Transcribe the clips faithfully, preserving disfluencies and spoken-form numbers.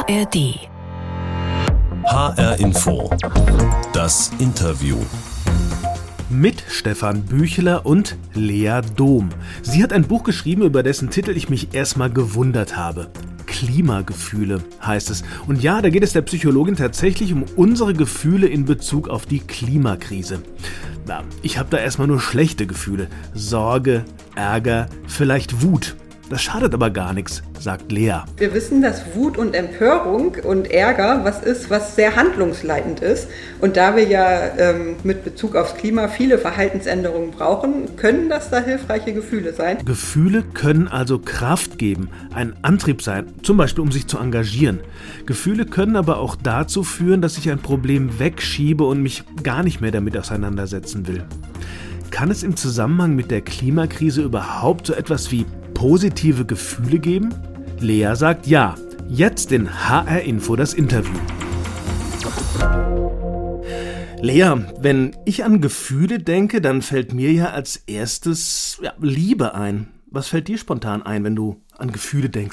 R D. H R Info. Das Interview. Mit Stefan Bücheler und Lea Dom. Sie hat ein Buch geschrieben, über dessen Titel ich mich erstmal gewundert habe. Klimagefühle heißt es. Und ja, da geht es der Psychologin tatsächlich um unsere Gefühle in Bezug auf die Klimakrise. Na, ich habe da erstmal nur schlechte Gefühle. Sorge, Ärger, vielleicht Wut. Das schadet aber gar nichts, sagt Lea. Wir wissen, dass Wut und Empörung und Ärger was ist, was sehr handlungsleitend ist. Und da wir ja ähm, mit Bezug aufs Klima viele Verhaltensänderungen brauchen, können das da hilfreiche Gefühle sein. Gefühle können also Kraft geben, ein Antrieb sein, zum Beispiel um sich zu engagieren. Gefühle können aber auch dazu führen, dass ich ein Problem wegschiebe und mich gar nicht mehr damit auseinandersetzen will. Kann es im Zusammenhang mit der Klimakrise überhaupt so etwas wie positive Gefühle geben? Lea sagt ja. Jetzt in H R Info das Interview. Lea, wenn ich an Gefühle denke, dann fällt mir ja als erstes ja, Liebe ein. Was fällt dir spontan ein, wenn du an Gefühle denkst?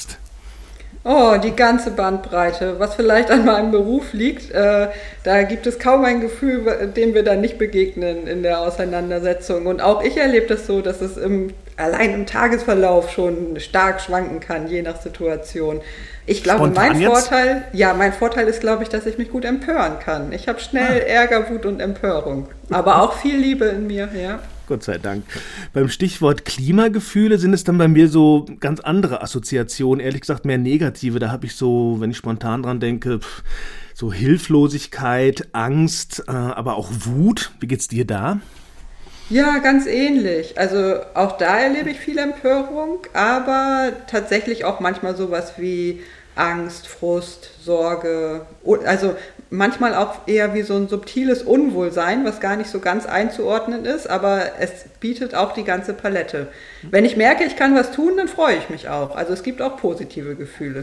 Oh, die ganze Bandbreite, was vielleicht an meinem Beruf liegt. Äh, da gibt es kaum ein Gefühl, dem wir dann nicht begegnen in der Auseinandersetzung. Und auch ich erlebe das so, dass es im, allein im Tagesverlauf schon stark schwanken kann, je nach Situation. Ich glaube, Spontan mein jetzt? Vorteil, ja, mein Vorteil ist, glaube ich, dass ich mich gut empören kann. Ich habe schnell Ah. Ärger, Wut und Empörung. Aber auch viel Liebe in mir, ja. Gott sei Dank. Beim Stichwort Klimagefühle sind es dann bei mir so ganz andere Assoziationen, ehrlich gesagt mehr negative. Da habe ich so, wenn ich spontan dran denke, pff, so Hilflosigkeit, Angst, äh, aber auch Wut. Wie geht's dir da? Ja, ganz ähnlich. Also auch da erlebe ich viel Empörung, aber tatsächlich auch manchmal sowas wie Angst, Frust, Sorge, also manchmal auch eher wie so ein subtiles Unwohlsein, was gar nicht so ganz einzuordnen ist, aber es bietet auch die ganze Palette. Wenn ich merke, ich kann was tun, dann freue ich mich auch. Also es gibt auch positive Gefühle.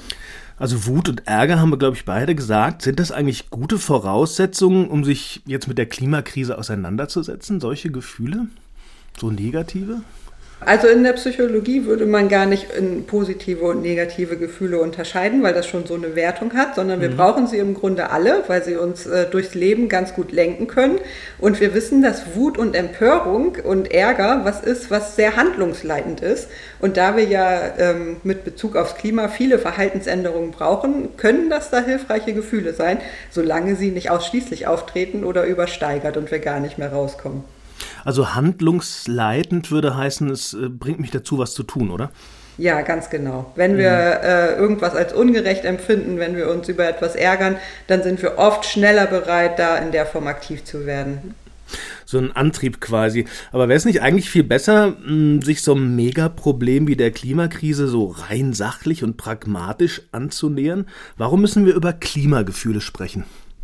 Also Wut und Ärger haben wir, glaube ich, beide gesagt. Sind das eigentlich gute Voraussetzungen, um sich jetzt mit der Klimakrise auseinanderzusetzen, solche Gefühle? So negative? Also in der Psychologie würde man gar nicht in positive und negative Gefühle unterscheiden, weil das schon so eine Wertung hat, sondern wir mhm. brauchen sie im Grunde alle, weil sie uns äh, durchs Leben ganz gut lenken können. Und wir wissen, dass Wut und Empörung und Ärger was ist, was sehr handlungsleitend ist. Und da wir ja ähm, mit Bezug aufs Klima viele Verhaltensänderungen brauchen, können das da hilfreiche Gefühle sein, solange sie nicht ausschließlich auftreten oder übersteigert und wir gar nicht mehr rauskommen. Also handlungsleitend würde heißen, es äh, bringt mich dazu, was zu tun, oder? Ja, ganz genau. Wenn wir äh, irgendwas als ungerecht empfinden, wenn wir uns über etwas ärgern, dann sind wir oft schneller bereit, da in der Form aktiv zu werden. So ein Antrieb quasi. Aber wäre es nicht eigentlich viel besser, mh, sich so einem Megaproblem wie der Klimakrise so rein sachlich und pragmatisch anzunähern? Warum müssen wir über Klimagefühle sprechen?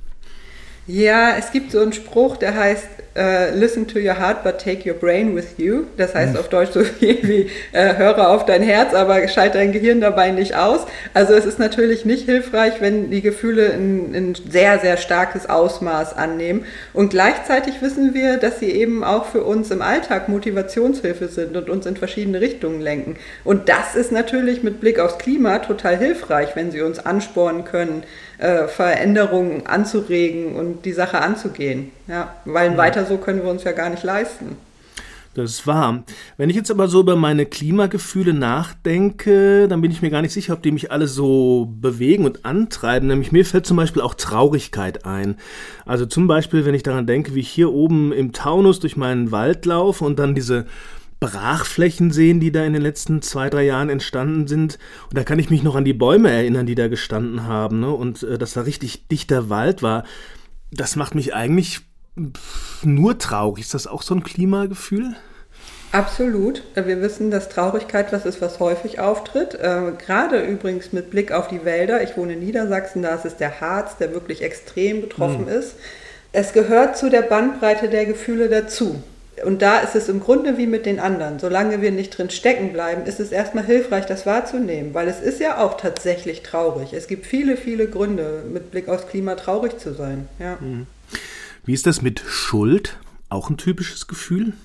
Ja, es gibt so einen Spruch, der heißt uh, listen to your heart, but take your brain with you. Das heißt mhm. auf Deutsch so viel wie äh, höre auf dein Herz, aber schalte dein Gehirn dabei nicht aus. Also es ist natürlich nicht hilfreich, wenn die Gefühle ein, ein sehr, sehr starkes Ausmaß annehmen. Und gleichzeitig wissen wir, dass sie eben auch für uns im Alltag Motivationshilfe sind und uns in verschiedene Richtungen lenken. Und das ist natürlich mit Blick aufs Klima total hilfreich, wenn sie uns anspornen können, äh, Veränderungen anzuregen und die Sache anzugehen. Ja, weil mhm. weiter so können wir uns ja gar nicht leisten. Das ist wahr. Wenn ich jetzt aber so über meine Klimagefühle nachdenke, dann bin ich mir gar nicht sicher, ob die mich alle so bewegen und antreiben. Nämlich mir fällt zum Beispiel auch Traurigkeit ein. Also zum Beispiel, wenn ich daran denke, wie ich hier oben im Taunus durch meinen Wald laufe und dann diese Brachflächen sehen, die da in den letzten zwei, drei Jahren entstanden sind. Und da kann ich mich noch an die Bäume erinnern, die da gestanden haben, ne? Und äh, dass da richtig dichter Wald war. Das macht mich eigentlich nur traurig. Ist das auch so ein Klimagefühl? Absolut. Wir wissen, dass Traurigkeit was ist, was häufig auftritt. Äh, gerade übrigens mit Blick auf die Wälder. Ich wohne in Niedersachsen, da ist es der Harz, der wirklich extrem betroffen mhm. ist. Es gehört zu der Bandbreite der Gefühle dazu. Und da ist es im Grunde wie mit den anderen. Solange wir nicht drin stecken bleiben, ist es erstmal hilfreich, das wahrzunehmen. Weil es ist ja auch tatsächlich traurig. Es gibt viele, viele Gründe, mit Blick aufs Klima traurig zu sein. Ja. Wie ist das mit Schuld? Auch ein typisches Gefühl?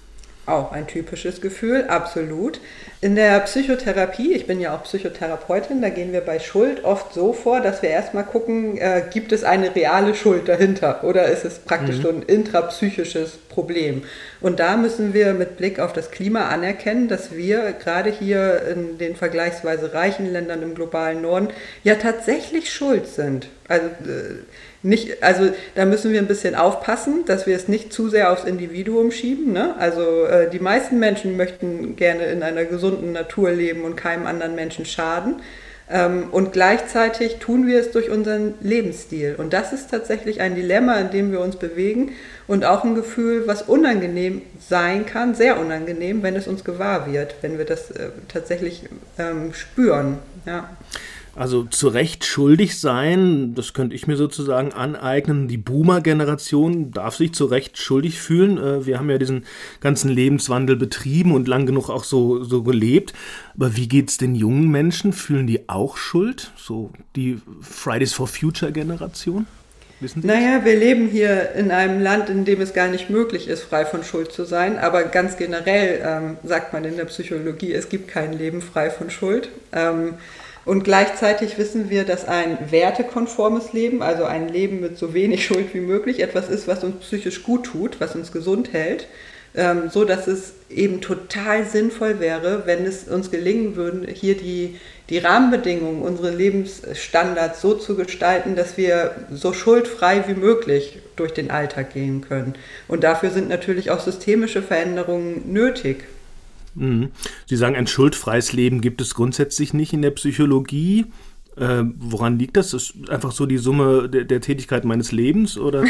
Auch ein typisches Gefühl, absolut. In der Psychotherapie, ich bin ja auch Psychotherapeutin, da gehen wir bei Schuld oft so vor, dass wir erstmal gucken, äh, gibt es eine reale Schuld dahinter oder ist es praktisch mhm. so ein intrapsychisches Problem? Und da müssen wir mit Blick auf das Klima anerkennen, dass wir gerade hier in den vergleichsweise reichen Ländern im globalen Norden ja tatsächlich schuld sind. Also äh, Nicht, also da müssen wir ein bisschen aufpassen, dass wir es nicht zu sehr aufs Individuum schieben. Ne? Also äh, die meisten Menschen möchten gerne in einer gesunden Natur leben und keinem anderen Menschen schaden. Ähm, und gleichzeitig tun wir es durch unseren Lebensstil. Und das ist tatsächlich ein Dilemma, in dem wir uns bewegen und auch ein Gefühl, was unangenehm sein kann, sehr unangenehm, wenn es uns gewahr wird, wenn wir das äh, tatsächlich ähm, spüren. Ja. Also zu Recht schuldig sein, das könnte ich mir sozusagen aneignen. Die Boomer-Generation darf sich zu Recht schuldig fühlen. Wir haben ja diesen ganzen Lebenswandel betrieben und lang genug auch so, so gelebt. Aber wie geht's den jungen Menschen? Fühlen die auch Schuld? So die Fridays for Future-Generation? Wissen Sie das? Naja, wir leben hier in einem Land, in dem es gar nicht möglich ist, frei von Schuld zu sein. Aber ganz generell ähm, sagt man in der Psychologie, es gibt kein Leben frei von Schuld. Ähm, Und gleichzeitig wissen wir, dass ein wertekonformes Leben, also ein Leben mit so wenig Schuld wie möglich, etwas ist, was uns psychisch gut tut, was uns gesund hält, ähm, so dass es eben total sinnvoll wäre, wenn es uns gelingen würde, hier die, die Rahmenbedingungen, unsere Lebensstandards so zu gestalten, dass wir so schuldfrei wie möglich durch den Alltag gehen können. Und dafür sind natürlich auch systemische Veränderungen nötig. Sie sagen, ein schuldfreies Leben gibt es grundsätzlich nicht in der Psychologie. Äh, woran liegt das? Ist einfach so die Summe der, der Tätigkeit meines Lebens, oder?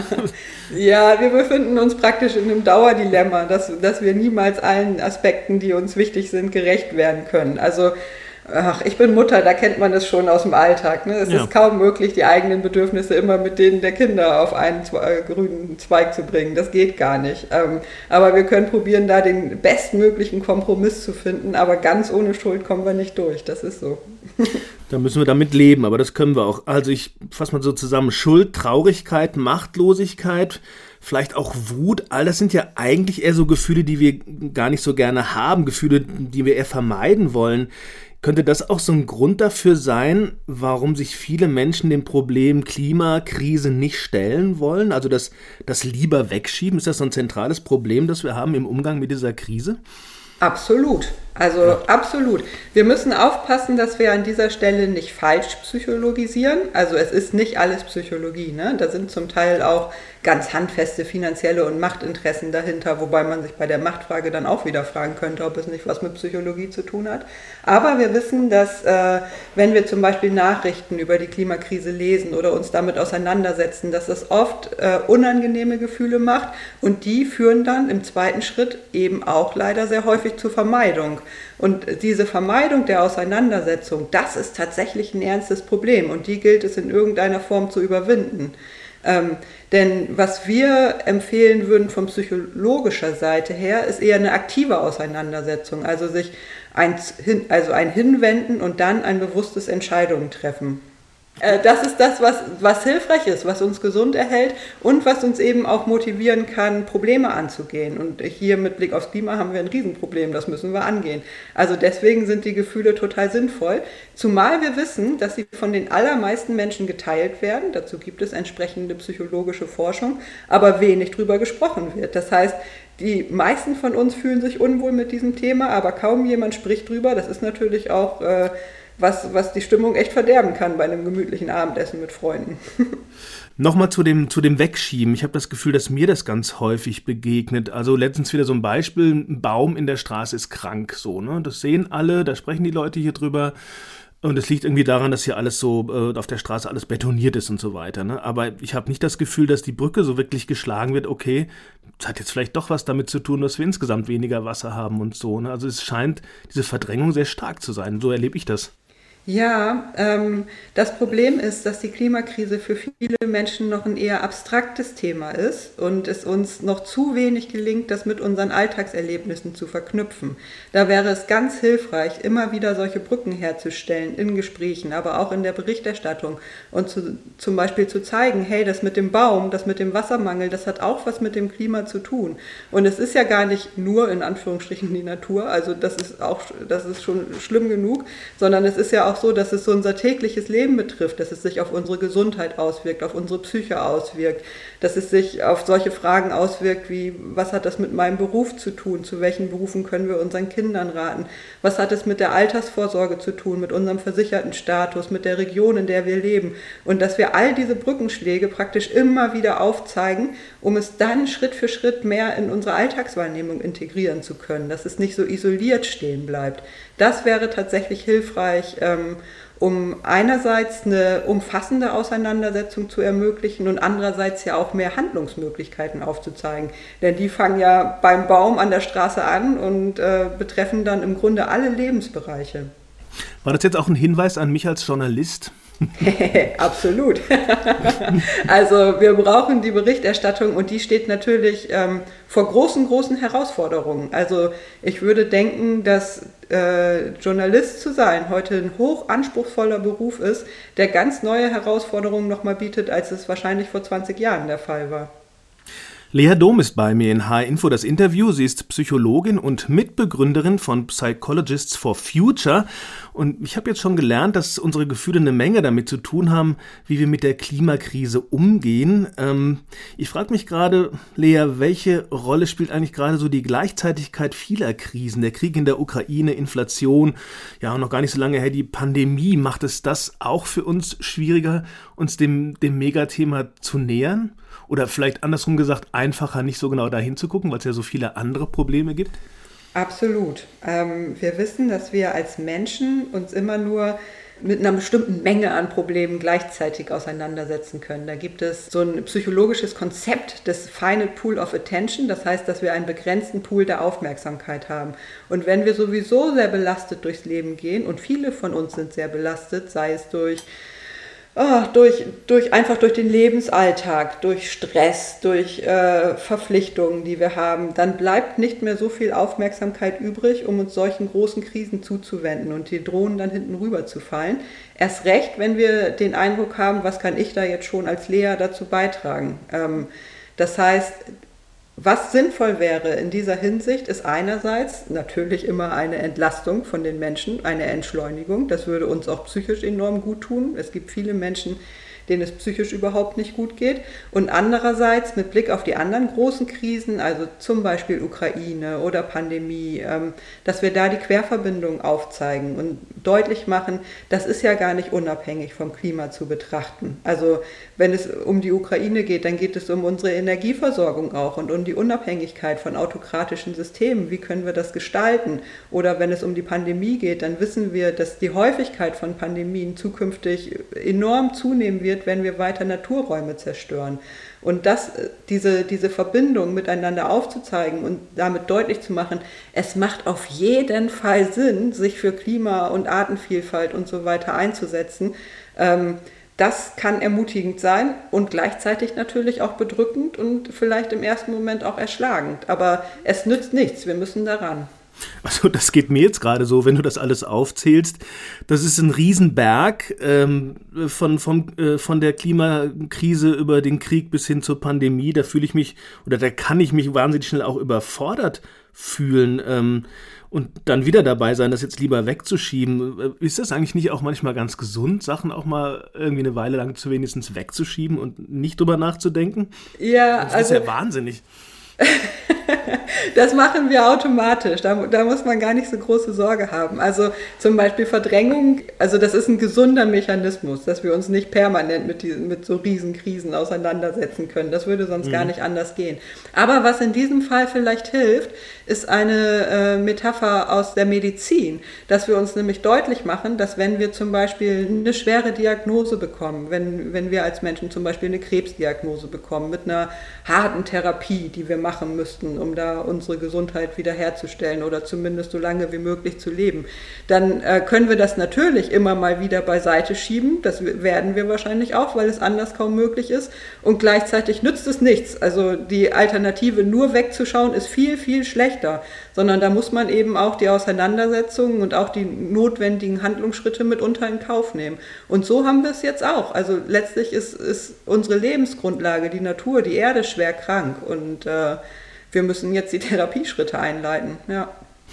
Ja, wir befinden uns praktisch in einem Dauerdilemma, dass, dass wir niemals allen Aspekten, die uns wichtig sind, gerecht werden können. Also Ach, ich bin Mutter, da kennt man das schon aus dem Alltag. Ne? Es ja. ist kaum möglich, die eigenen Bedürfnisse immer mit denen der Kinder auf einen Zwe- grünen Zweig zu bringen. Das geht gar nicht. Ähm, aber wir können probieren, da den bestmöglichen Kompromiss zu finden. Aber ganz ohne Schuld kommen wir nicht durch. Das ist so. Da müssen wir damit leben, aber das können wir auch. Also ich fasse mal so zusammen. Schuld, Traurigkeit, Machtlosigkeit, vielleicht auch Wut. All das sind ja eigentlich eher so Gefühle, die wir gar nicht so gerne haben. Gefühle, die wir eher vermeiden wollen. Könnte das auch so ein Grund dafür sein, warum sich viele Menschen dem Problem Klimakrise nicht stellen wollen? Also das, das lieber wegschieben? Ist das so ein zentrales Problem, das wir haben im Umgang mit dieser Krise? Absolut. Also ja. absolut. Wir müssen aufpassen, dass wir an dieser Stelle nicht falsch psychologisieren. Also es ist nicht alles Psychologie. Ne? Da sind zum Teil auch ganz handfeste finanzielle und Machtinteressen dahinter, wobei man sich bei der Machtfrage dann auch wieder fragen könnte, ob es nicht was mit Psychologie zu tun hat. Aber wir wissen, dass äh, wenn wir zum Beispiel Nachrichten über die Klimakrise lesen oder uns damit auseinandersetzen, dass das oft äh, unangenehme Gefühle macht und die führen dann im zweiten Schritt eben auch leider sehr häufig zur Vermeidung. Und diese Vermeidung der Auseinandersetzung, das ist tatsächlich ein ernstes Problem und die gilt es in irgendeiner Form zu überwinden. Ähm, denn was wir empfehlen würden von psychologischer Seite her, ist eher eine aktive Auseinandersetzung, also sich ein, also ein Hinwenden und dann ein bewusstes Entscheidungen treffen. Äh, das ist das, was, was hilfreich ist, was uns gesund erhält und was uns eben auch motivieren kann, Probleme anzugehen. Und hier mit Blick aufs Klima haben wir ein Riesenproblem, das müssen wir angehen. Also deswegen sind die Gefühle total sinnvoll, zumal wir wissen, dass sie von den allermeisten Menschen geteilt werden. Dazu gibt es entsprechende psychologische Forschung, aber wenig drüber gesprochen wird. Das heißt, die meisten von uns fühlen sich unwohl mit diesem Thema, aber kaum jemand spricht drüber. Das ist natürlich auch äh, was, was die Stimmung echt verderben kann bei einem gemütlichen Abendessen mit Freunden. Nochmal zu dem, zu dem Wegschieben. Ich habe das Gefühl, dass mir das ganz häufig begegnet. Also letztens wieder so ein Beispiel, ein Baum in der Straße ist krank. So, ne? Das sehen alle, da sprechen die Leute hier drüber. Und es liegt irgendwie daran, dass hier alles so äh, auf der Straße alles betoniert ist und so weiter. Ne? Aber ich habe nicht das Gefühl, dass die Brücke so wirklich geschlagen wird. Okay, das hat jetzt vielleicht doch was damit zu tun, dass wir insgesamt weniger Wasser haben und so. Ne? Also es scheint diese Verdrängung sehr stark zu sein. So erlebe ich das. Ja, ähm, das Problem ist, dass die Klimakrise für viele Menschen noch ein eher abstraktes Thema ist und es uns noch zu wenig gelingt, das mit unseren Alltagserlebnissen zu verknüpfen. Da wäre es ganz hilfreich, immer wieder solche Brücken herzustellen in Gesprächen, aber auch in der Berichterstattung und zu, zum Beispiel zu zeigen, hey, das mit dem Baum, das mit dem Wassermangel, das hat auch was mit dem Klima zu tun. Und es ist ja gar nicht nur in Anführungsstrichen die Natur, also das ist auch, das ist schon schlimm genug, sondern es ist ja auch so, dass es so unser tägliches Leben betrifft, dass es sich auf unsere Gesundheit auswirkt, auf unsere Psyche auswirkt, dass es sich auf solche Fragen auswirkt wie, was hat das mit meinem Beruf zu tun, zu welchen Berufen können wir unseren Kindern raten, was hat es mit der Altersvorsorge zu tun, mit unserem versicherten Status, mit der Region, in der wir leben und dass wir all diese Brückenschläge praktisch immer wieder aufzeigen, um es dann Schritt für Schritt mehr in unsere Alltagswahrnehmung integrieren zu können, dass es nicht so isoliert stehen bleibt. Das wäre tatsächlich hilfreich, ähm, um einerseits eine umfassende Auseinandersetzung zu ermöglichen und andererseits ja auch mehr Handlungsmöglichkeiten aufzuzeigen. Denn die fangen ja beim Baum an der Straße an und äh, betreffen dann im Grunde alle Lebensbereiche. War das jetzt auch ein Hinweis an mich als Journalist? Absolut. Also wir brauchen die Berichterstattung und die steht natürlich ähm, vor großen, großen Herausforderungen. Also ich würde denken, dass äh, Journalist zu sein heute ein hoch anspruchsvoller Beruf ist, der ganz neue Herausforderungen nochmal bietet, als es wahrscheinlich vor zwanzig Jahren der Fall war. Lea Dom ist bei mir in H R Info das Interview. Sie ist Psychologin und Mitbegründerin von Psychologists for Future. Und ich habe jetzt schon gelernt, dass unsere Gefühle eine Menge damit zu tun haben, wie wir mit der Klimakrise umgehen. Ähm, ich frage mich gerade, Lea, welche Rolle spielt eigentlich gerade so die Gleichzeitigkeit vieler Krisen? Der Krieg in der Ukraine, Inflation, ja und noch gar nicht so lange her die Pandemie. Macht es das auch für uns schwieriger, uns dem, dem Megathema zu nähern? Oder vielleicht andersrum gesagt, einfacher nicht so genau dahin zu gucken, weil es ja so viele andere Probleme gibt? Absolut. Ähm, wir wissen, dass wir als Menschen uns immer nur mit einer bestimmten Menge an Problemen gleichzeitig auseinandersetzen können. Da gibt es so ein psychologisches Konzept des Final Pool of Attention. Das heißt, dass wir einen begrenzten Pool der Aufmerksamkeit haben. Und wenn wir sowieso sehr belastet durchs Leben gehen, und viele von uns sind sehr belastet, sei es durch Oh, durch, durch, einfach durch den Lebensalltag, durch Stress, durch äh, Verpflichtungen, die wir haben, dann bleibt nicht mehr so viel Aufmerksamkeit übrig, um uns solchen großen Krisen zuzuwenden und die drohen dann hinten rüber zu fallen. Erst recht, wenn wir den Eindruck haben, was kann ich da jetzt schon als Lea dazu beitragen. Ähm, das heißt, was sinnvoll wäre in dieser Hinsicht, ist einerseits natürlich immer eine Entlastung von den Menschen, eine Entschleunigung. Das würde uns auch psychisch enorm gut tun. Es gibt viele Menschen, denen es psychisch überhaupt nicht gut geht. Und andererseits mit Blick auf die anderen großen Krisen, also zum Beispiel Ukraine oder Pandemie, dass wir da die Querverbindung aufzeigen und deutlich machen, das ist ja gar nicht unabhängig vom Klima zu betrachten. Also wenn es um die Ukraine geht, dann geht es um unsere Energieversorgung auch und um die Unabhängigkeit von autokratischen Systemen. Wie können wir das gestalten? Oder wenn es um die Pandemie geht, dann wissen wir, dass die Häufigkeit von Pandemien zukünftig enorm zunehmen wird, wenn wir weiter Naturräume zerstören. Und das, diese, diese Verbindung miteinander aufzuzeigen und damit deutlich zu machen, es macht auf jeden Fall Sinn, sich für Klima und Artenvielfalt und so weiter einzusetzen. Ähm, das kann ermutigend sein und gleichzeitig natürlich auch bedrückend und vielleicht im ersten Moment auch erschlagend. Aber es nützt nichts, wir müssen daran. Also das geht mir jetzt gerade so, wenn du das alles aufzählst. Das ist ein Riesenberg ähm, von, von, äh, von der Klimakrise über den Krieg bis hin zur Pandemie. Da fühle ich mich, oder da kann ich mich wahnsinnig schnell auch überfordert fühlen ähm, und dann wieder dabei sein, das jetzt lieber wegzuschieben. Ist das eigentlich nicht auch manchmal ganz gesund, Sachen auch mal irgendwie eine Weile lang zu wenigstens wegzuschieben und nicht drüber nachzudenken? Ja, das also ist ja wahnsinnig. Das machen wir automatisch, da, da muss man gar nicht so große Sorge haben. Also zum Beispiel Verdrängung, also das ist ein gesunder Mechanismus, dass wir uns nicht permanent mit, diesen, mit so Riesenkrisen auseinandersetzen können. Das würde sonst mhm. gar nicht anders gehen. Aber was in diesem Fall vielleicht hilft, ist eine äh, Metapher aus der Medizin, dass wir uns nämlich deutlich machen, dass wenn wir zum Beispiel eine schwere Diagnose bekommen, wenn, wenn wir als Menschen zum Beispiel eine Krebsdiagnose bekommen mit einer harten Therapie, die wir machen müssten, um da unsere Gesundheit wiederherzustellen oder zumindest so lange wie möglich zu leben, dann äh, können wir das natürlich immer mal wieder beiseite schieben. Das werden wir wahrscheinlich auch, weil es anders kaum möglich ist. Und gleichzeitig nützt es nichts. Also die Alternative, nur wegzuschauen, ist viel, viel schlechter. Sondern da muss man eben auch die Auseinandersetzungen und auch die notwendigen Handlungsschritte mitunter in Kauf nehmen. Und so haben wir es jetzt auch. Also letztlich ist, ist unsere Lebensgrundlage, die Natur, die Erde schwer krank. Und äh, wir müssen jetzt die Therapieschritte einleiten. Ja.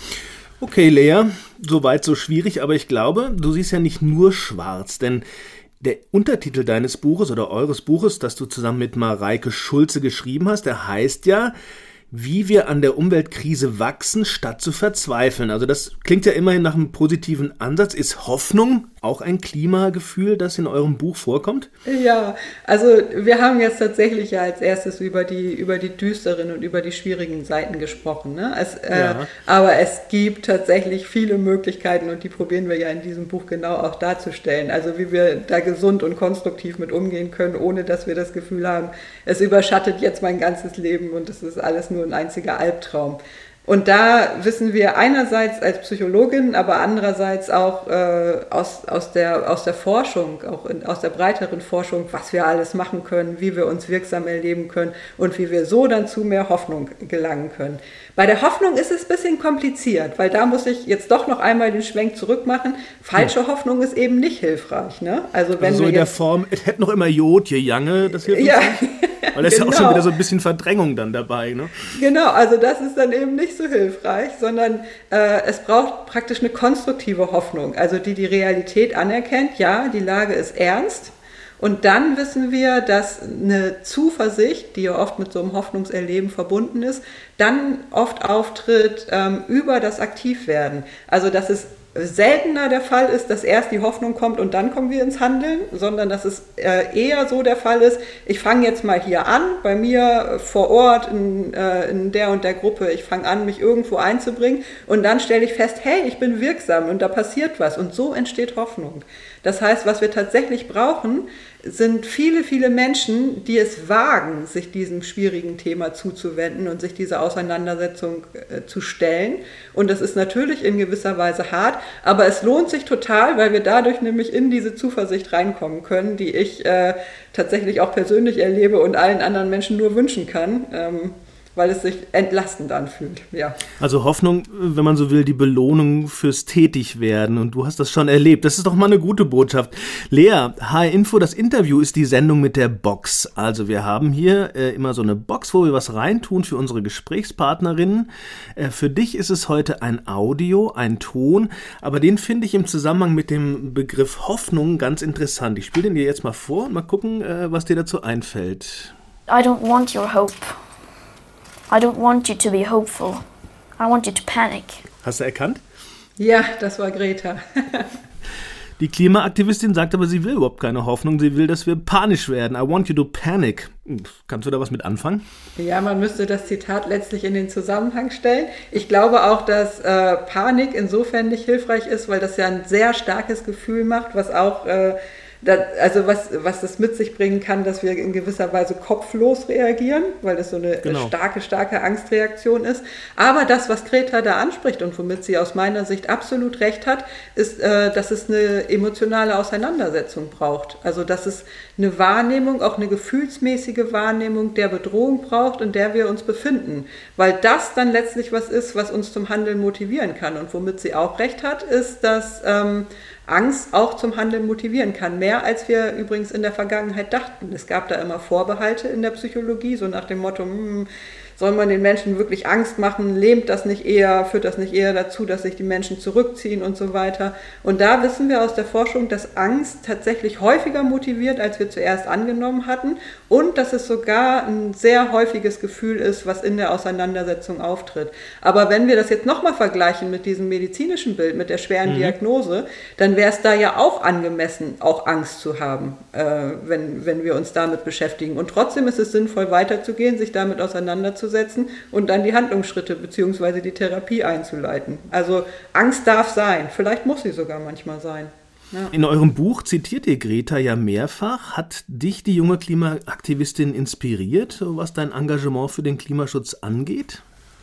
Okay, Lea, soweit so schwierig, aber ich glaube, du siehst ja nicht nur schwarz, denn der Untertitel deines Buches oder eures Buches, das du zusammen mit Mareike Schulze geschrieben hast, der heißt ja, wie wir an der Umweltkrise wachsen, statt zu verzweifeln. Also das klingt ja immerhin nach einem positiven Ansatz. Ist Hoffnung auch ein Klimagefühl, das in eurem Buch vorkommt? Ja, also wir haben jetzt tatsächlich ja als erstes über die, über die düsteren und über die schwierigen Seiten gesprochen. Ne? Es, äh, ja. Aber es gibt tatsächlich viele Möglichkeiten und die probieren wir ja in diesem Buch genau auch darzustellen. Also wie wir da gesund und konstruktiv mit umgehen können, ohne dass wir das Gefühl haben, es überschattet jetzt mein ganzes Leben und es ist alles nur ein einziger Albtraum. Und da wissen wir einerseits als Psychologin, aber andererseits auch äh, aus, aus, der, aus der Forschung, auch in, aus der breiteren Forschung, was wir alles machen können, wie wir uns wirksam erleben können und wie wir so dann zu mehr Hoffnung gelangen können. Bei der Hoffnung ist es ein bisschen kompliziert, weil da muss ich jetzt doch noch einmal den Schwenk zurück machen. Falsche ja. Hoffnung ist eben nicht hilfreich. Ne? Also, wenn also so wir in der Form, es hätte noch immer Jod, je Jange, das hilft ja. uns nicht. Weil da ist genau. ja auch schon wieder so ein bisschen Verdrängung dann dabei. Ne? Genau, also das ist dann eben nicht so hilfreich, sondern äh, es braucht praktisch eine konstruktive Hoffnung, also die die Realität anerkennt, ja, die Lage ist ernst. Und dann wissen wir, dass eine Zuversicht, die ja oft mit so einem Hoffnungserleben verbunden ist, dann oft auftritt ähm, über das Aktivwerden. Also dass es seltener der Fall ist, dass erst die Hoffnung kommt und dann kommen wir ins Handeln, sondern dass es äh, eher so der Fall ist, ich fange jetzt mal hier an, bei mir vor Ort in, äh, in der und der Gruppe, ich fange an, mich irgendwo einzubringen und dann stelle ich fest, hey, ich bin wirksam und da passiert was und so entsteht Hoffnung. Das heißt, was wir tatsächlich brauchen, sind viele, viele Menschen, die es wagen, sich diesem schwierigen Thema zuzuwenden und sich dieser Auseinandersetzung äh, zu stellen. Und das ist natürlich in gewisser Weise hart, aber es lohnt sich total, weil wir dadurch nämlich in diese Zuversicht reinkommen können, die ich äh, tatsächlich auch persönlich erlebe und allen anderen Menschen nur wünschen kann. Ähm, weil es sich entlastend anfühlt, ja. Also Hoffnung, wenn man so will, die Belohnung fürs Tätigwerden und du hast das schon erlebt. Das ist doch mal eine gute Botschaft. Lea, H R Info, das Interview ist die Sendung mit der Box. Also wir haben hier äh, immer so eine Box, wo wir was reintun für unsere Gesprächspartnerinnen. Äh, für dich ist es heute ein Audio, ein Ton, aber den finde ich im Zusammenhang mit dem Begriff Hoffnung ganz interessant. Ich spiele den dir jetzt mal vor und mal gucken, äh, was dir dazu einfällt. I don't want your hope. I don't want you to be hopeful. I want you to panic. Hast du erkannt? Ja, das war Greta. Die Klimaaktivistin sagt aber, sie will überhaupt keine Hoffnung. Sie will, dass wir panisch werden. I want you to panic. Kannst du da was mit anfangen? Ja, man müsste das Zitat letztlich in den Zusammenhang stellen. Ich glaube auch, dass äh, Panik insofern nicht hilfreich ist, weil das ja ein sehr starkes Gefühl macht, was auch... Äh, Das, also was, was das mit sich bringen kann, dass wir in gewisser Weise kopflos reagieren, weil das so eine genau. starke, starke Angstreaktion ist. Aber das, was Greta da anspricht und womit sie aus meiner Sicht absolut recht hat, ist, äh, dass es eine emotionale Auseinandersetzung braucht. Also dass es eine Wahrnehmung, auch eine gefühlsmäßige Wahrnehmung der Bedrohung braucht, in der wir uns befinden. Weil das dann letztlich was ist, was uns zum Handeln motivieren kann. Und womit sie auch recht hat, ist, dass... Ähm, Angst auch zum Handeln motivieren kann. Mehr als wir übrigens in der Vergangenheit dachten. Es gab da immer Vorbehalte in der Psychologie, so nach dem Motto, hm, soll man den Menschen wirklich Angst machen, lähmt das nicht eher, führt das nicht eher dazu, dass sich die Menschen zurückziehen und so weiter. Und da wissen wir aus der Forschung, dass Angst tatsächlich häufiger motiviert, als wir zuerst angenommen hatten und dass es sogar ein sehr häufiges Gefühl ist, was in der Auseinandersetzung auftritt. Aber wenn wir das jetzt nochmal vergleichen mit diesem medizinischen Bild, mit der schweren mhm. Diagnose, dann wäre es da ja auch angemessen, auch Angst zu haben, äh, wenn, wenn wir uns damit beschäftigen. Und trotzdem ist es sinnvoll, weiterzugehen, sich damit auseinanderzusetzen und dann die Handlungsschritte bzw. die Therapie einzuleiten. Also Angst darf sein, vielleicht muss sie sogar manchmal sein. Ja. In eurem Buch zitiert ihr Greta ja mehrfach. Hat dich die junge Klimaaktivistin inspiriert, was dein Engagement für den Klimaschutz angeht?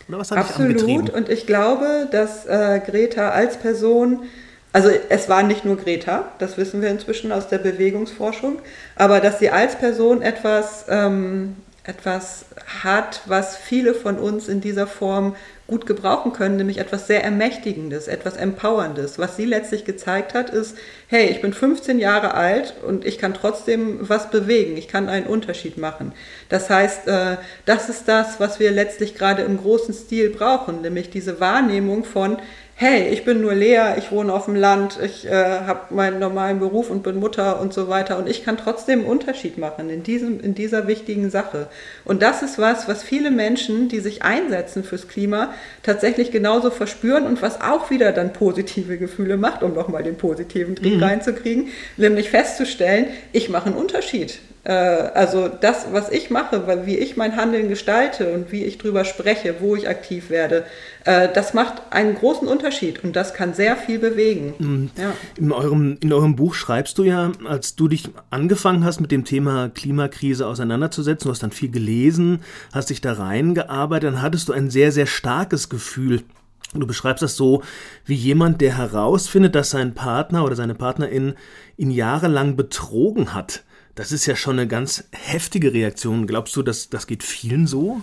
Oder was hat dich Absolut. angetrieben? Und ich glaube, dass äh, Greta als Person, also es war nicht nur Greta, das wissen wir inzwischen aus der Bewegungsforschung, aber dass sie als Person etwas, ähm, etwas hat, was viele von uns in dieser Form gut gebrauchen können, nämlich etwas sehr Ermächtigendes, etwas Empowerndes. Was sie letztlich gezeigt hat, ist, hey, ich bin fünfzehn Jahre alt und ich kann trotzdem was bewegen, ich kann einen Unterschied machen. Das heißt, äh, das ist das, was wir letztlich gerade im großen Stil brauchen, nämlich diese Wahrnehmung von, hey, ich bin nur Lea, ich wohne auf dem Land, ich äh, habe meinen normalen Beruf und bin Mutter und so weiter und ich kann trotzdem einen Unterschied machen in, diesem, in dieser wichtigen Sache. Und das ist was, was viele Menschen, die sich einsetzen fürs Klima, tatsächlich genauso verspüren und was auch wieder dann positive Gefühle macht, um nochmal den positiven Trieb mhm. reinzukriegen, nämlich festzustellen, ich mache einen Unterschied. Also das, was ich mache, wie ich mein Handeln gestalte und wie ich drüber spreche, wo ich aktiv werde, das macht einen großen Unterschied und das kann sehr viel bewegen. Mhm. Ja. In eurem, in eurem Buch schreibst du ja, als du dich angefangen hast, mit dem Thema Klimakrise auseinanderzusetzen, du hast dann viel gelesen, hast dich da reingearbeitet, dann hattest du ein sehr, sehr starkes Gefühl. Du beschreibst das so wie jemand, der herausfindet, dass sein Partner oder seine Partnerin ihn jahrelang betrogen hat. Das ist ja schon eine ganz heftige Reaktion. Glaubst du, dass das geht vielen so?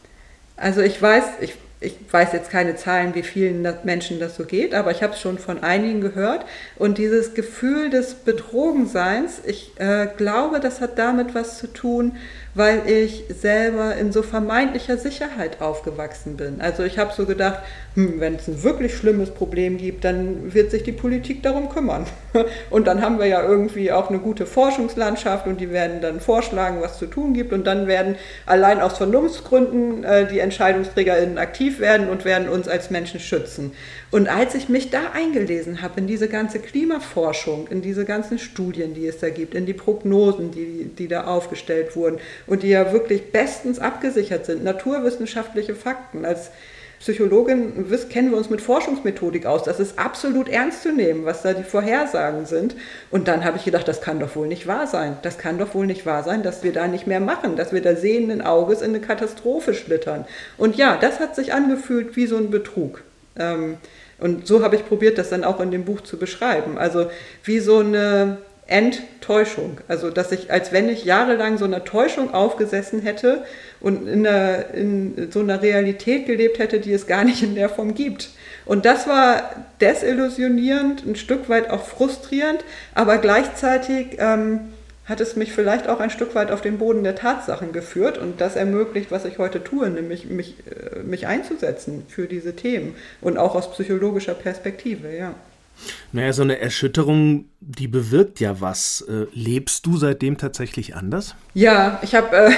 Also ich weiß, ich, ich weiß jetzt keine Zahlen, wie vielen Menschen das so geht, aber ich habe es schon von einigen gehört. Und dieses Gefühl des Betrogenseins, ich äh, glaube, das hat damit was zu tun, weil ich selber in so vermeintlicher Sicherheit aufgewachsen bin. Also ich habe so gedacht, hm, wenn es ein wirklich schlimmes Problem gibt, dann wird sich die Politik darum kümmern. Und dann haben wir ja irgendwie auch eine gute Forschungslandschaft und die werden dann vorschlagen, was zu tun gibt. Und dann werden allein aus Vernunftsgründen äh, die EntscheidungsträgerInnen aktiv werden und werden uns als Menschen schützen. Und als ich mich da eingelesen habe in diese ganze Klimaforschung, in diese ganzen Studien, die es da gibt, in die Prognosen, die, die da aufgestellt wurden und die ja wirklich bestens abgesichert sind, naturwissenschaftliche Fakten. Als Psychologin kennen wir uns mit Forschungsmethodik aus. Das ist absolut ernst zu nehmen, was da die Vorhersagen sind. Und dann habe ich gedacht, das kann doch wohl nicht wahr sein. Das kann doch wohl nicht wahr sein, dass wir da nicht mehr machen, dass wir da sehenden Auges in eine Katastrophe schlittern. Und ja, das hat sich angefühlt wie so ein Betrug. Ähm, Und so habe ich probiert, das dann auch in dem Buch zu beschreiben. Also wie so eine Enttäuschung. Also dass ich, als wenn ich jahrelang so einer Täuschung aufgesessen hätte und in, einer, in so einer Realität gelebt hätte, die es gar nicht in der Form gibt. Und das war desillusionierend, ein Stück weit auch frustrierend, aber gleichzeitig ähm, hat es mich vielleicht auch ein Stück weit auf den Boden der Tatsachen geführt und das ermöglicht, was ich heute tue, nämlich mich, mich einzusetzen für diese Themen und auch aus psychologischer Perspektive, ja. Naja, so eine Erschütterung, die bewirkt ja was. Äh, lebst du seitdem tatsächlich anders? Ja, ich habe äh,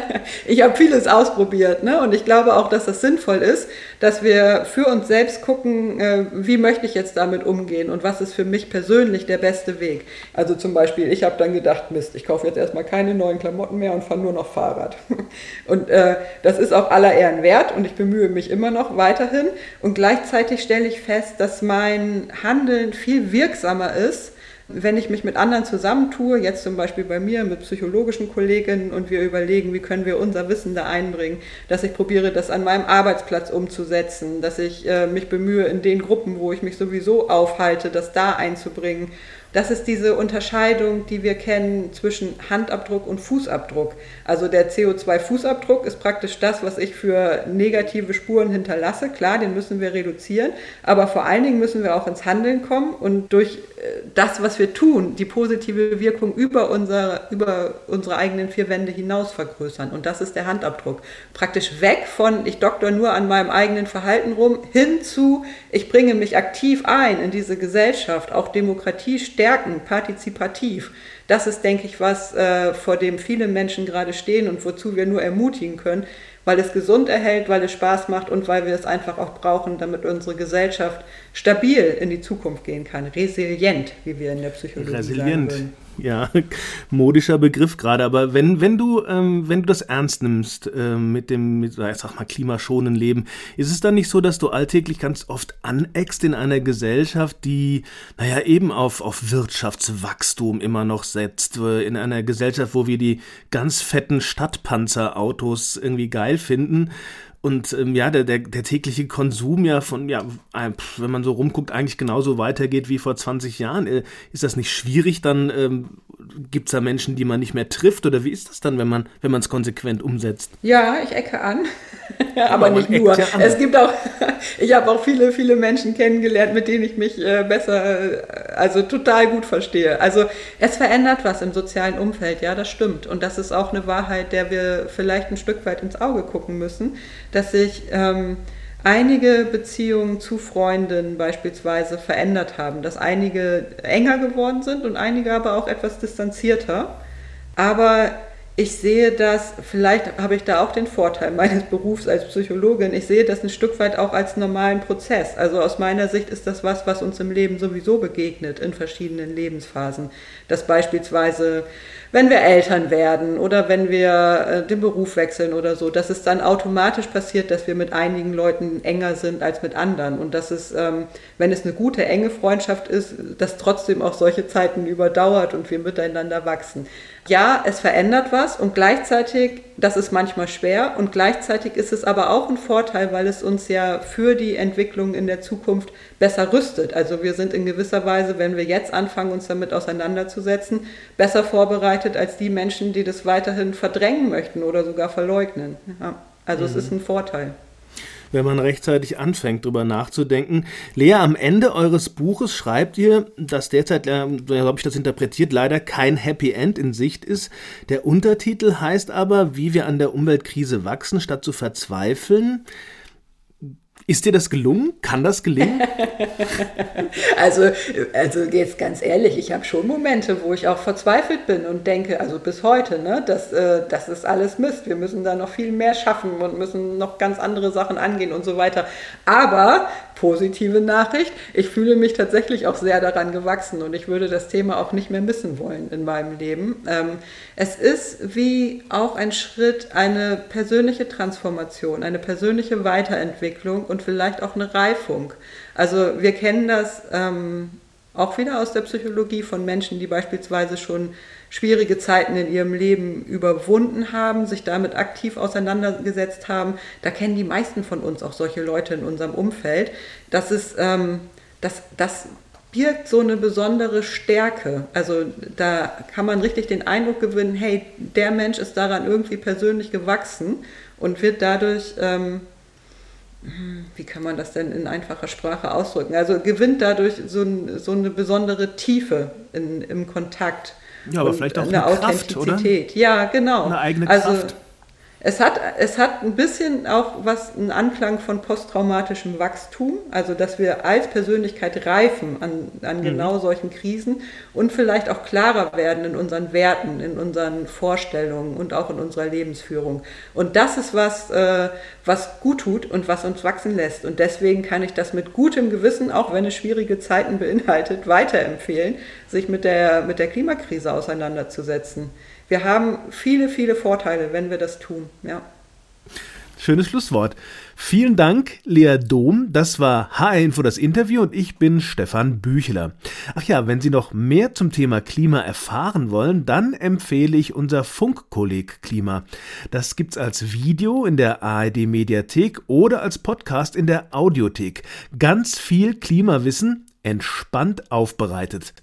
ich hab vieles ausprobiert, ne? Und ich glaube auch, dass das sinnvoll ist, dass wir für uns selbst gucken, äh, wie möchte ich jetzt damit umgehen und was ist für mich persönlich der beste Weg. Also zum Beispiel, ich habe dann gedacht, Mist, ich kaufe jetzt erstmal keine neuen Klamotten mehr und fahre nur noch Fahrrad. Und äh, das ist auch aller Ehren wert und ich bemühe mich immer noch weiterhin. Und gleichzeitig stelle ich fest, dass mein Handeln viel wirksamer ist, wenn ich mich mit anderen zusammentue, jetzt zum Beispiel bei mir mit psychologischen Kolleginnen und wir überlegen, wie können wir unser Wissen da einbringen, dass ich probiere, das an meinem Arbeitsplatz umzusetzen, dass ich äh, mich bemühe, in den Gruppen, wo ich mich sowieso aufhalte, das da einzubringen. Das ist diese Unterscheidung, die wir kennen zwischen Handabdruck und Fußabdruck. Also der C O zwei Fußabdruck ist praktisch das, was ich für negative Spuren hinterlasse. Klar, den müssen wir reduzieren, aber vor allen Dingen müssen wir auch ins Handeln kommen und durch das, was wir tun, die positive Wirkung über unsere, über unsere eigenen vier Wände hinaus vergrößern. Und das ist der Handabdruck. Praktisch weg von, ich doktor nur an meinem eigenen Verhalten rum, hin zu, ich bringe mich aktiv ein in diese Gesellschaft, auch Demokratie stärken, partizipativ. Das ist, denke ich, was, äh, vor dem viele Menschen gerade stehen und wozu wir nur ermutigen können, weil es gesund erhält, weil es Spaß macht und weil wir es einfach auch brauchen, damit unsere Gesellschaft stabil in die Zukunft gehen kann. Resilient, wie wir in der Psychologie Resilient. sagen würden. Ja, modischer Begriff gerade, aber wenn wenn du ähm, wenn du das ernst nimmst äh, mit dem, mit, ich sag mal, klimaschonenden Leben, ist es dann nicht so, dass du alltäglich ganz oft aneckst in einer Gesellschaft, die, naja, eben auf auf Wirtschaftswachstum immer noch setzt, in einer Gesellschaft, wo wir die ganz fetten Stadtpanzerautos irgendwie geil finden? und ähm, ja, der, der, der tägliche Konsum ja von, ja, wenn man so rumguckt, eigentlich genauso weitergeht wie vor zwanzig Jahren. Äh, ist das nicht schwierig? Dann ähm, gibt es da Menschen, die man nicht mehr trifft? Oder wie ist das dann, wenn man wenn man es konsequent umsetzt? Ja, ich ecke an. Aber, Aber nicht nur. Ja, es gibt auch, ich habe auch viele, viele Menschen kennengelernt, mit denen ich mich äh, besser, äh, also total gut verstehe. Also es verändert was im sozialen Umfeld, ja, das stimmt. Und das ist auch eine Wahrheit, der wir vielleicht ein Stück weit ins Auge gucken müssen, dass sich ähm, einige Beziehungen zu Freundinnen beispielsweise verändert haben, dass einige enger geworden sind und einige aber auch etwas distanzierter. Aber ich sehe das, vielleicht habe ich da auch den Vorteil meines Berufs als Psychologin, ich sehe das ein Stück weit auch als normalen Prozess. Also aus meiner Sicht ist das was, was uns im Leben sowieso begegnet, in verschiedenen Lebensphasen. Dass beispielsweise, wenn wir Eltern werden oder wenn wir den Beruf wechseln oder so, dass es dann automatisch passiert, dass wir mit einigen Leuten enger sind als mit anderen. Und dass es, wenn es eine gute, enge Freundschaft ist, dass trotzdem auch solche Zeiten überdauert und wir miteinander wachsen. Ja, es verändert was und gleichzeitig, das ist manchmal schwer und gleichzeitig ist es aber auch ein Vorteil, weil es uns ja für die Entwicklung in der Zukunft besser rüstet. Also wir sind in gewisser Weise, wenn wir jetzt anfangen, uns damit auseinanderzusetzen, besser vorbereitet als die Menschen, die das weiterhin verdrängen möchten oder sogar verleugnen. Ja, also mhm. es ist ein Vorteil. Wenn man rechtzeitig anfängt, drüber nachzudenken. Lea, am Ende eures Buches schreibt ihr, dass derzeit, so habe ich das interpretiert, leider kein Happy End in Sicht ist. Der Untertitel heißt aber, wie wir an der Umweltkrise wachsen, statt zu verzweifeln. Ist dir das gelungen? Kann das gelingen? also, also jetzt ganz ehrlich, ich habe schon Momente, wo ich auch verzweifelt bin und denke, also bis heute, ne, das, äh, das ist alles Mist. Wir müssen da noch viel mehr schaffen und müssen noch ganz andere Sachen angehen und so weiter. Aber positive Nachricht, ich fühle mich tatsächlich auch sehr daran gewachsen und ich würde das Thema auch nicht mehr missen wollen in meinem Leben. Ähm, es ist wie auch ein Schritt, eine persönliche Transformation, eine persönliche Weiterentwicklung und vielleicht auch eine Reifung. Also wir kennen das ähm, auch wieder aus der Psychologie von Menschen, die beispielsweise schon schwierige Zeiten in ihrem Leben überwunden haben, sich damit aktiv auseinandergesetzt haben. Da kennen die meisten von uns auch solche Leute in unserem Umfeld. Das ist, ähm, das, das birgt so eine besondere Stärke. Also da kann man richtig den Eindruck gewinnen, hey, der Mensch ist daran irgendwie persönlich gewachsen und wird dadurch, ähm, wie kann man das denn in einfacher Sprache ausdrücken? Also gewinnt dadurch so, ein, so eine besondere Tiefe in, im Kontakt. Ja, aber vielleicht auch eine, eine Kraft, Authentizität. Oder? Ja, genau. Eine eigene also, Kraft. Es hat, es hat ein bisschen auch was, einen Anklang von posttraumatischem Wachstum, also dass wir als Persönlichkeit reifen an, an genau mhm. solchen Krisen und vielleicht auch klarer werden in unseren Werten, in unseren Vorstellungen und auch in unserer Lebensführung. Und das ist was, äh, was gut tut und was uns wachsen lässt. Und deswegen kann ich das mit gutem Gewissen, auch wenn es schwierige Zeiten beinhaltet, weiterempfehlen, sich mit der, mit der Klimakrise auseinanderzusetzen. Wir haben viele, viele Vorteile, wenn wir das tun. Ja. Schönes Schlusswort. Vielen Dank, Lea Dom. Das war H R-Info, das Interview, und ich bin Stefan Büchler. Ach ja, wenn Sie noch mehr zum Thema Klima erfahren wollen, dann empfehle ich unser Funkkolleg Klima. Das gibt's als Video in der A R D-Mediathek oder als Podcast in der Audiothek. Ganz viel Klimawissen, entspannt aufbereitet.